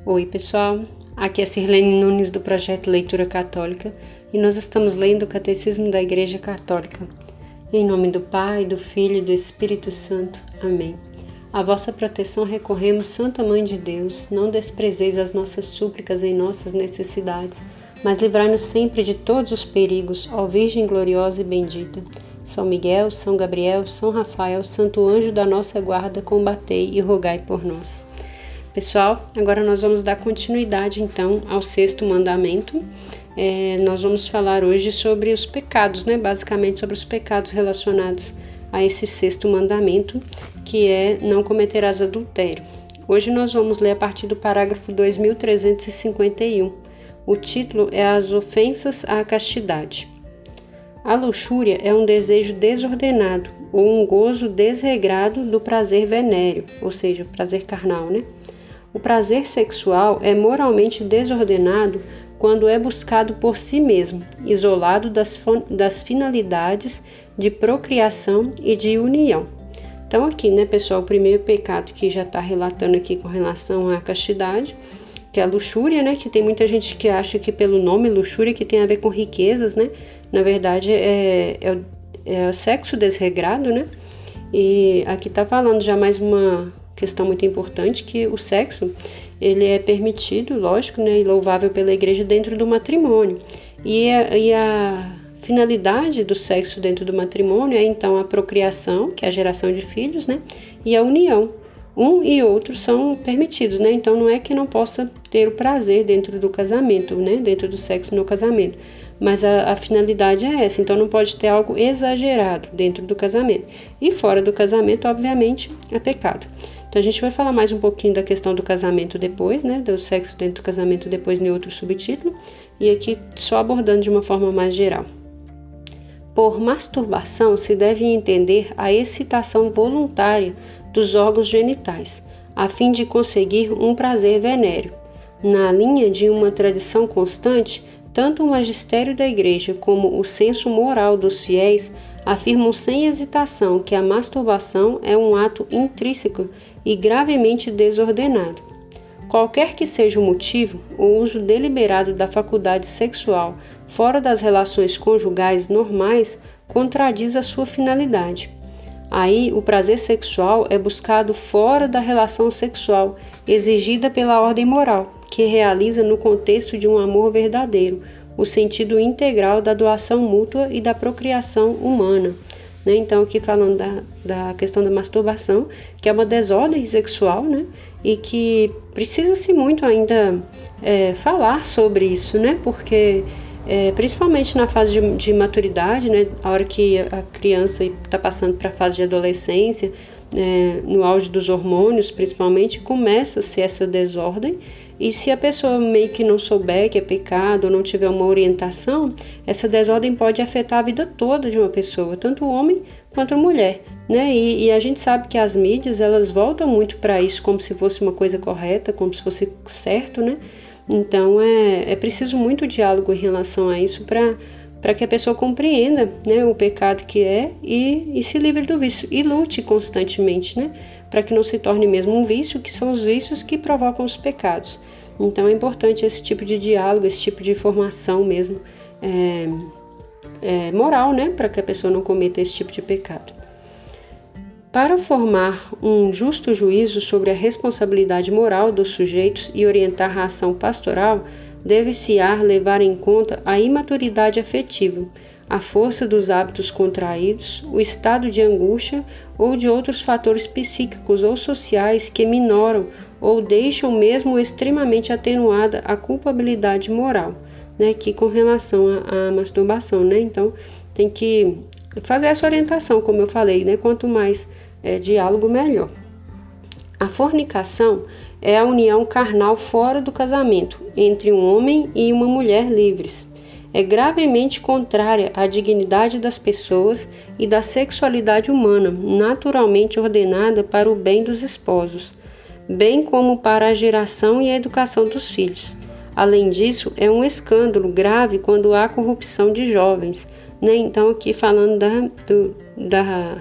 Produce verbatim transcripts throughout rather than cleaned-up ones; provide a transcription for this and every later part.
Oi pessoal, aqui é Sirlene Nunes do projeto Leitura Católica e nós estamos lendo o Catecismo da Igreja Católica. Em nome do Pai, do Filho e do Espírito Santo. Amém. A vossa proteção recorremos, Santa Mãe de Deus, não desprezeis as nossas súplicas em nossas necessidades, mas livrai-nos sempre de todos os perigos, ó Virgem gloriosa e bendita. São Miguel, São Gabriel, São Rafael, Santo Anjo da nossa guarda, combatei e rogai por nós. Pessoal, agora nós vamos dar continuidade então ao sexto mandamento. É, nós vamos falar hoje sobre os pecados, né? Basicamente sobre os pecados relacionados a esse sexto mandamento, que é não cometerás adultério. Hoje nós vamos ler a partir do parágrafo dois mil trezentos e cinquenta e um. O título é As ofensas à castidade. A luxúria é um desejo desordenado ou um gozo desregrado do prazer venéreo, ou seja, o prazer carnal, né? O prazer sexual é moralmente desordenado quando é buscado por si mesmo, isolado das, das finalidades de procriação e de união. Então aqui, né, pessoal, o primeiro pecado que já está relatando aqui com relação à castidade, que é a luxúria, né, que tem muita gente que acha que pelo nome luxúria que tem a ver com riquezas, né, na verdade é, é, é o sexo desregrado, né, e aqui está falando já mais uma questão muito importante, que o sexo, ele é permitido, lógico, né, e louvável pela igreja dentro do matrimônio. E a, e a finalidade do sexo dentro do matrimônio é, então, a procriação, que é a geração de filhos, né, e a união. Um e outro são permitidos, né, então não é que não possa ter o prazer dentro do casamento, né, dentro do sexo no casamento, mas a, a finalidade é essa, então não pode ter algo exagerado dentro do casamento. E fora do casamento, obviamente, é pecado. Então a gente vai falar mais um pouquinho da questão do casamento depois, né, do sexo dentro do casamento depois em outro subtítulo, e aqui só abordando de uma forma mais geral. Por masturbação se deve entender a excitação voluntária dos órgãos genitais, a fim de conseguir um prazer venéreo. Na linha de uma tradição constante, tanto o magistério da Igreja como o senso moral dos fiéis afirmam sem hesitação que a masturbação é um ato intrínseco e gravemente desordenado. Qualquer que seja o motivo, o uso deliberado da faculdade sexual fora das relações conjugais normais contradiz a sua finalidade. Aí, o prazer sexual é buscado fora da relação sexual exigida pela ordem moral, que realiza no contexto de um amor verdadeiro o sentido integral da doação mútua e da procriação humana. Né? Então, aqui falando da, da questão da masturbação, que é uma desordem sexual, né? E que precisa-se muito ainda é, falar sobre isso, né? Porque, é, principalmente na fase de, de maturidade, né? A hora que a criança está passando para a fase de adolescência, é, no auge dos hormônios, principalmente, começa-se essa desordem. E se a pessoa meio que não souber que é pecado ou não tiver uma orientação, essa desordem pode afetar a vida toda de uma pessoa, tanto o homem quanto a mulher, né? E, e a gente sabe que as mídias, elas voltam muito para isso como se fosse uma coisa correta, como se fosse certo, né? Então é, é preciso muito diálogo em relação a isso para para que a pessoa compreenda, né, o pecado que é e, e se livre do vício e lute constantemente, né, para que não se torne mesmo um vício, que são os vícios que provocam os pecados. Então é importante esse tipo de diálogo, esse tipo de informação mesmo é, é, moral, né, para que a pessoa não cometa esse tipo de pecado. Para formar um justo juízo sobre a responsabilidade moral dos sujeitos e orientar a ação pastoral, deve-se-á levar em conta a imaturidade afetiva, a força dos hábitos contraídos, o estado de angústia ou de outros fatores psíquicos ou sociais que minoram ou deixam mesmo extremamente atenuada a culpabilidade moral, né, que com relação à masturbação, né, então tem que fazer essa orientação, como eu falei, né, quanto mais é, diálogo, melhor. A fornicação é a união carnal fora do casamento, entre um homem e uma mulher livres. É gravemente contrária à dignidade das pessoas e da sexualidade humana, naturalmente ordenada para o bem dos esposos, bem como para a geração e a educação dos filhos. Além disso, é um escândalo grave quando há corrupção de jovens, né? Então, aqui falando da, do, da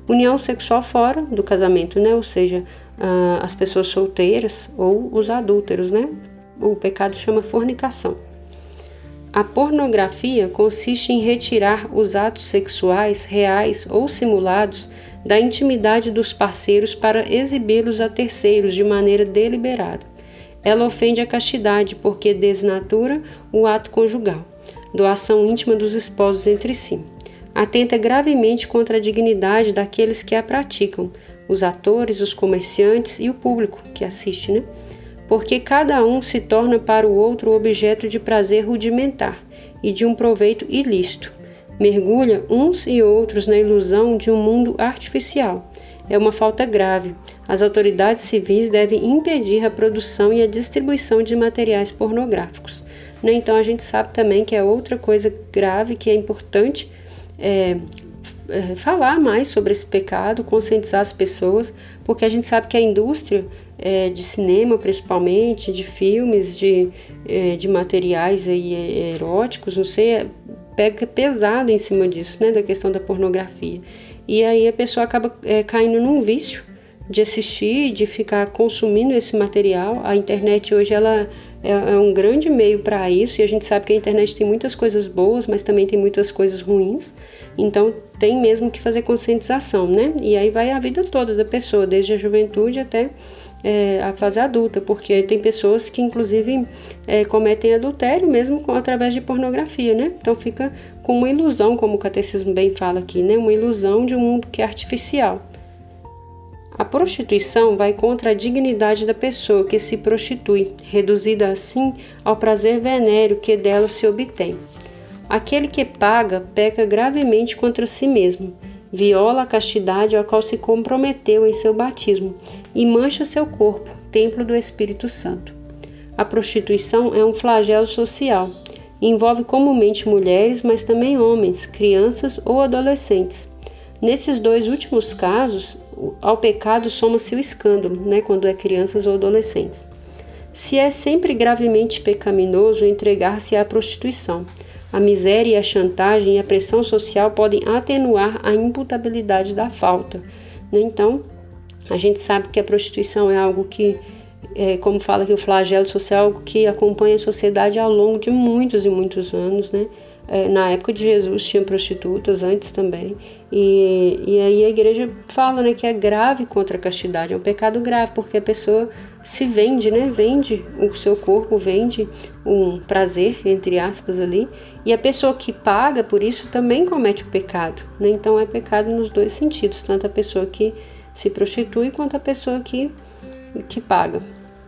União sexual fora do casamento, né? Ou seja, uh, as pessoas solteiras ou os adúlteros, né? O pecado chama fornicação. A pornografia consiste em retirar os atos sexuais reais ou simulados da intimidade dos parceiros para exibi-los a terceiros de maneira deliberada. Ela ofende a castidade porque desnatura o ato conjugal, doação íntima dos esposos entre si. Atenta gravemente contra a dignidade daqueles que a praticam, os atores, os comerciantes e o público que assiste, né? Porque cada um se torna para o outro objeto de prazer rudimentar e de um proveito ilícito. Mergulha uns e outros na ilusão de um mundo artificial. É uma falta grave. As autoridades civis devem impedir a produção e a distribuição de materiais pornográficos. Né? Então a gente sabe também que é outra coisa grave, que é importante é, é, falar mais sobre esse pecado, conscientizar as pessoas, porque a gente sabe que a indústria É, de cinema, principalmente, de filmes, de, é, de materiais aí, é, eróticos, não sei, pega pesado em cima disso, né, da questão da pornografia. E aí a pessoa acaba é, caindo num vício de assistir, de ficar consumindo esse material. A internet hoje ela é, é um grande meio para isso, e a gente sabe que a internet tem muitas coisas boas, mas também tem muitas coisas ruins. Então tem mesmo que fazer conscientização, né? E aí vai a vida toda da pessoa, desde a juventude até É, a fase adulta, porque tem pessoas que inclusive é, cometem adultério mesmo com, através de pornografia, né? Então fica com uma ilusão, como o catecismo bem fala aqui, né? Uma ilusão de um mundo que é artificial. A prostituição vai contra a dignidade da pessoa que se prostitui, reduzida assim ao prazer venéreo que dela se obtém. Aquele que paga peca gravemente contra si mesmo, viola a castidade ao qual se comprometeu em seu batismo e mancha seu corpo, templo do Espírito Santo. A prostituição é um flagelo social. Envolve comumente mulheres, mas também homens, crianças ou adolescentes. Nesses dois últimos casos, ao pecado soma-se o escândalo, né, quando é crianças ou adolescentes. Se é sempre gravemente pecaminoso entregar-se à prostituição, a miséria e a chantagem e a pressão social podem atenuar a imputabilidade da falta. Né? Então, a gente sabe que a prostituição é algo que, é, como fala aqui o flagelo social, algo que acompanha a sociedade ao longo de muitos e muitos anos, né? É, na época de Jesus tinha prostitutas, antes também, e, e aí a igreja fala, né, que é grave contra a castidade, é um pecado grave, porque a pessoa se vende, né, vende o seu corpo, vende um prazer, entre aspas ali, e a pessoa que paga por isso também comete o pecado, né? Então é pecado nos dois sentidos, tanto a pessoa que se prostitui quanto a pessoa que, que paga.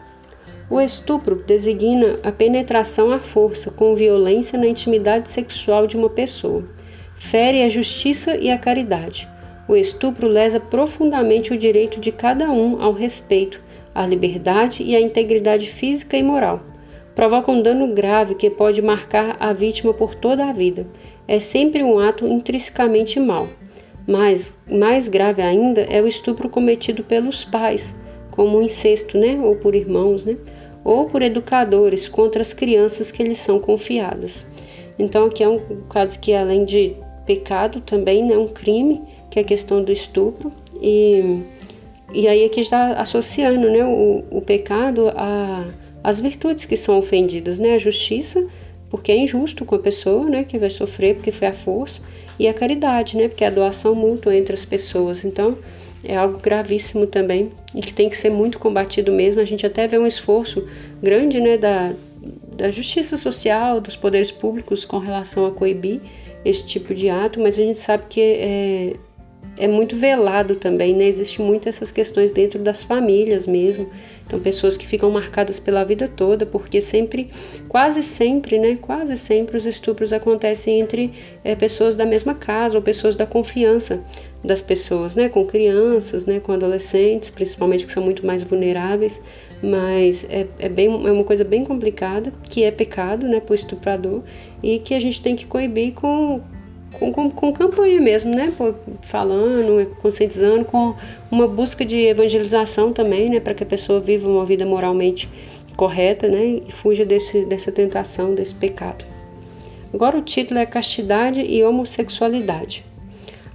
O estupro designa a penetração à força com violência na intimidade sexual de uma pessoa. Fere a justiça e a caridade. O estupro lesa profundamente o direito de cada um ao respeito, à liberdade e à integridade física e moral. Provoca um dano grave que pode marcar a vítima por toda a vida. É sempre um ato intrinsecamente mau. Mas, mais grave ainda, é o estupro cometido pelos pais, como o incesto, né? Ou por irmãos, né? Ou por educadores contra as crianças que lhes são confiadas. Então aqui é um caso que, além de pecado, também é, né, um crime, que é a questão do estupro, e, e aí aqui está associando, né, o, o pecado a, às virtudes que são ofendidas, né, a justiça, porque é injusto com a pessoa, né, que vai sofrer porque foi à força, e a caridade, né, porque é a doação mútua entre as pessoas. Então é algo gravíssimo também e que tem que ser muito combatido mesmo. A gente até vê um esforço grande, né, da, da justiça social, dos poderes públicos com relação a coibir esse tipo de ato, mas a gente sabe que é, é muito velado também, né? Existem muito essas questões dentro das famílias mesmo. Então, pessoas que ficam marcadas pela vida toda, porque sempre, quase sempre, né? Quase sempre os estupros acontecem entre é, pessoas da mesma casa ou pessoas da confiança das pessoas, né? Com crianças, né? Com adolescentes, principalmente, que são muito mais vulneráveis. Mas é, é, bem, é uma coisa bem complicada, que é pecado, né? Para o estuprador, e que a gente tem que coibir com... Com, com, com campanha mesmo, né? Falando, conscientizando, com uma busca de evangelização também, né? Para que a pessoa viva uma vida moralmente correta, né? E fuja desse, dessa tentação, desse pecado. Agora o título é Castidade e Homossexualidade.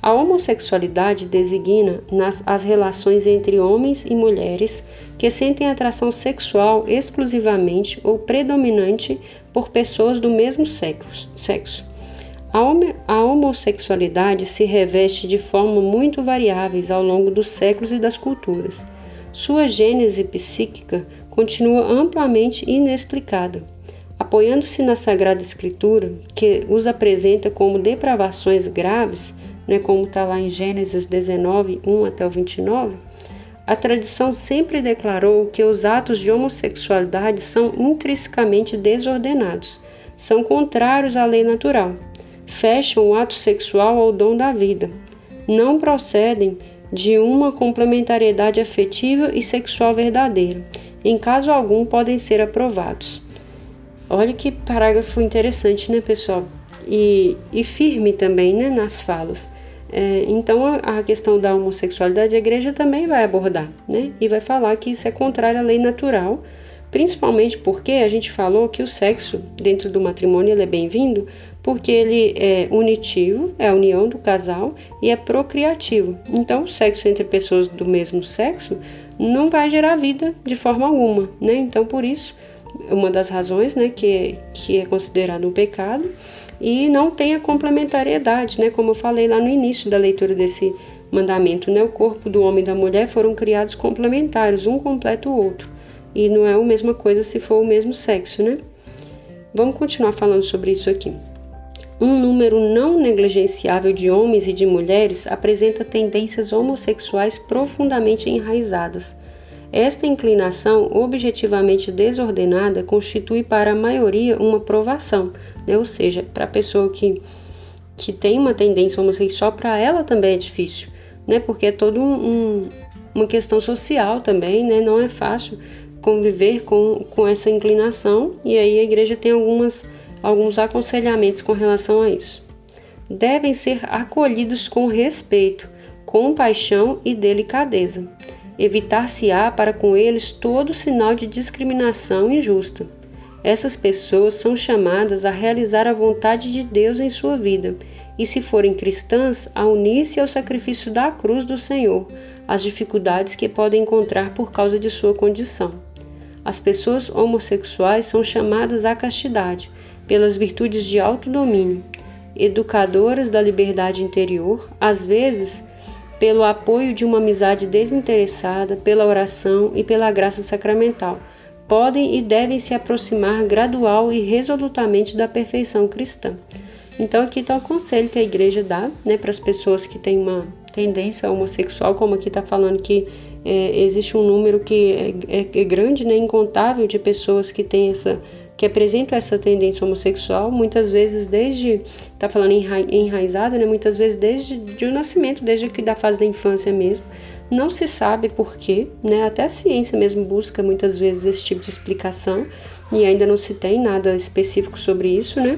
A homossexualidade designa nas, as relações entre homens e mulheres que sentem atração sexual exclusivamente ou predominante por pessoas do mesmo sexo. A, homo, a homossexualidade se reveste de forma muito variáveis ao longo dos séculos e das culturas. Sua gênese psíquica continua amplamente inexplicada. Apoiando-se na Sagrada Escritura, que os apresenta como depravações graves, né, como está lá em Gênesis dezenove, um até o vinte e nove, a tradição sempre declarou que os atos de homossexualidade são intrinsecamente desordenados, são contrários à lei natural, fecham o ato sexual ao dom da vida, não procedem de uma complementariedade afetiva e sexual verdadeira, em caso algum podem ser aprovados. Olha que parágrafo interessante, né, pessoal? E, e firme também, né, nas falas. É, então, a, a questão da homossexualidade, a igreja também vai abordar, né? E vai falar que isso é contrário à lei natural, principalmente porque a gente falou que o sexo dentro do matrimônio ele é bem-vindo, porque ele é unitivo, é a união do casal, e é procriativo. Então, o sexo entre pessoas do mesmo sexo não vai gerar vida de forma alguma, né? Então, por isso, uma das razões, né, que, que é considerado um pecado, e não tem a complementariedade, né, como eu falei lá no início da leitura desse mandamento, né, o corpo do homem e da mulher foram criados complementares, um completa o outro, e não é a mesma coisa se for o mesmo sexo, né? Vamos continuar falando sobre isso aqui. Um número não negligenciável de homens e de mulheres apresenta tendências homossexuais profundamente enraizadas. Esta inclinação objetivamente desordenada constitui para a maioria uma provação, né? Ou seja, para a pessoa que, que tem uma tendência homossexual, para ela também é difícil, né? Porque é toda um, um, uma questão social também, né? Não é fácil conviver com, com essa inclinação, e aí a igreja tem algumas, alguns aconselhamentos com relação a isso. Devem ser acolhidos com respeito, compaixão e delicadeza. Evitar-se-á para com eles todo sinal de discriminação injusta. Essas pessoas são chamadas a realizar a vontade de Deus em sua vida e, se forem cristãs, a unir-se ao sacrifício da cruz do Senhor, às dificuldades que podem encontrar por causa de sua condição. As pessoas homossexuais são chamadas à castidade, pelas virtudes de autodomínio, educadoras da liberdade interior, às vezes pelo apoio de uma amizade desinteressada, pela oração e pela graça sacramental. Podem e devem se aproximar gradual e resolutamente da perfeição cristã. Então aqui está o conselho que a igreja dá, né, para as pessoas que têm uma tendência homossexual, como aqui está falando que é, existe um número que é, é, é grande, né, incontável de pessoas que têm essa que apresentam essa tendência homossexual, muitas vezes desde, está falando enra, enraizada, né, muitas vezes desde de o nascimento, desde que da fase da infância mesmo, não se sabe por quê, né, até a ciência mesmo busca muitas vezes esse tipo de explicação, e ainda não se tem nada específico sobre isso, né,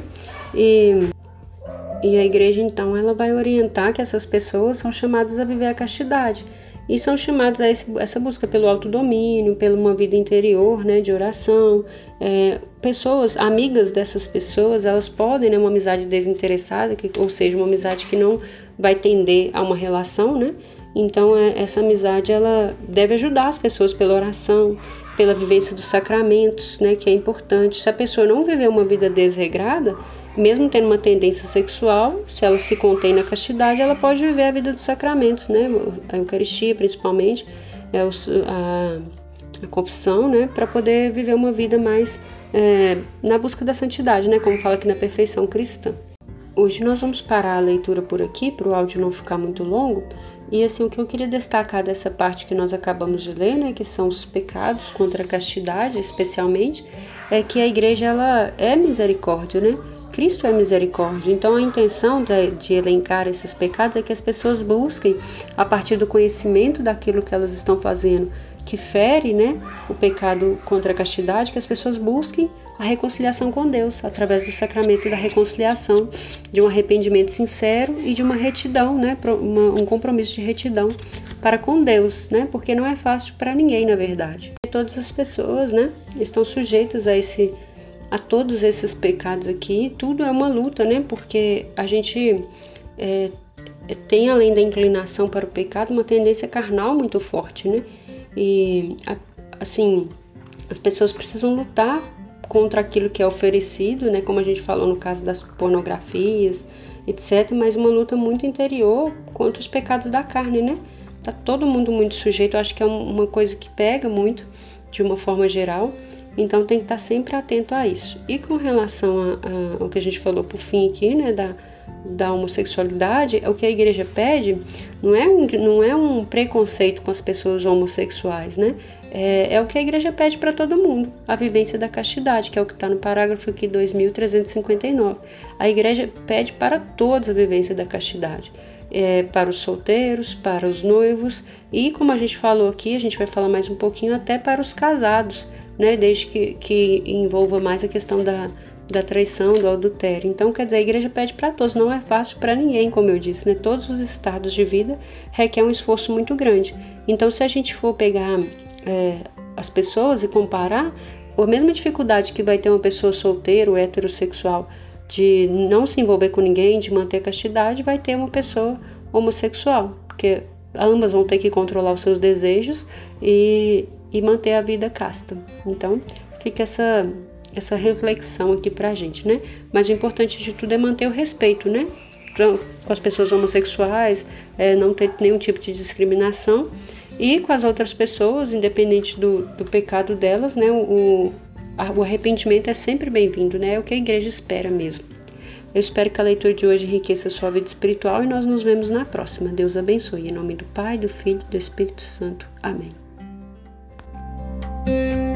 e, e a igreja então ela vai orientar que essas pessoas são chamadas a viver a castidade, e são chamados a esse, essa busca pelo autodomínio, pela uma vida interior, né, de oração. É, pessoas, amigas dessas pessoas, elas podem, né, uma amizade desinteressada, que, ou seja, uma amizade que não vai tender a uma relação, né? Então, é, essa amizade, ela deve ajudar as pessoas pela oração, pela vivência dos sacramentos, né, que é importante. Se a pessoa não viver uma vida desregrada, mesmo tendo uma tendência sexual, se ela se contém na castidade, ela pode viver a vida dos sacramentos, né? A Eucaristia, principalmente, é o, a, a confissão, né? Para poder viver uma vida mais é, na busca da santidade, né? Como fala aqui na perfeição cristã. Hoje nós vamos parar a leitura por aqui, para o áudio não ficar muito longo. E assim, o que eu queria destacar dessa parte que nós acabamos de ler, né? Que são os pecados contra a castidade, especialmente, é que a igreja ela é misericórdia, né? Cristo é misericórdia, então a intenção de, de elencar esses pecados é que as pessoas busquem, a partir do conhecimento daquilo que elas estão fazendo, que fere, né, o pecado contra a castidade, que as pessoas busquem a reconciliação com Deus, através do sacramento da reconciliação, de um arrependimento sincero e de uma retidão, né, uma, um compromisso de retidão para com Deus, né, porque não é fácil para ninguém, na verdade. E todas as pessoas, né, estão sujeitas a esse a todos esses pecados aqui, tudo é uma luta, né? Porque a gente é, tem, além da inclinação para o pecado, uma tendência carnal muito forte, né? E, assim, as pessoas precisam lutar contra aquilo que é oferecido, né? Como a gente falou no caso das pornografias, etcétera. Mas uma luta muito interior contra os pecados da carne, né? Tá todo mundo muito sujeito, eu acho que é uma coisa que pega muito, de uma forma geral. Então tem que estar sempre atento a isso. E com relação a, a, ao que a gente falou por fim aqui, né, da, da homossexualidade, o que a igreja pede não é um, não é um preconceito com as pessoas homossexuais, né? É, é o que a igreja pede para todo mundo, a vivência da castidade, que é o que está no parágrafo aqui dois mil trezentos e cinquenta e nove. A igreja pede para todos a vivência da castidade. É, para os solteiros, para os noivos e, como a gente falou aqui, a gente vai falar mais um pouquinho, até para os casados, né, desde que, que envolva mais a questão da, da traição, do adultério. Então, quer dizer, a igreja pede para todos, não é fácil para ninguém, como eu disse, né? Todos os estados de vida requer um esforço muito grande. Então, se a gente for pegar é, as pessoas e comparar, a mesma dificuldade que vai ter uma pessoa solteira ou heterossexual de não se envolver com ninguém, de manter a castidade, vai ter uma pessoa homossexual, porque ambas vão ter que controlar os seus desejos e, e manter a vida casta. Então, fica essa, essa reflexão aqui pra gente, né? Mas o importante de tudo é manter o respeito, né? Com as pessoas homossexuais, é, não ter nenhum tipo de discriminação, e com as outras pessoas, independente do, do pecado delas, né? O, o arrependimento é sempre bem-vindo, né? É o que a igreja espera mesmo. Eu espero que a leitura de hoje enriqueça a sua vida espiritual e nós nos vemos na próxima. Deus abençoe. Em nome do Pai, do Filho e do Espírito Santo. Amém.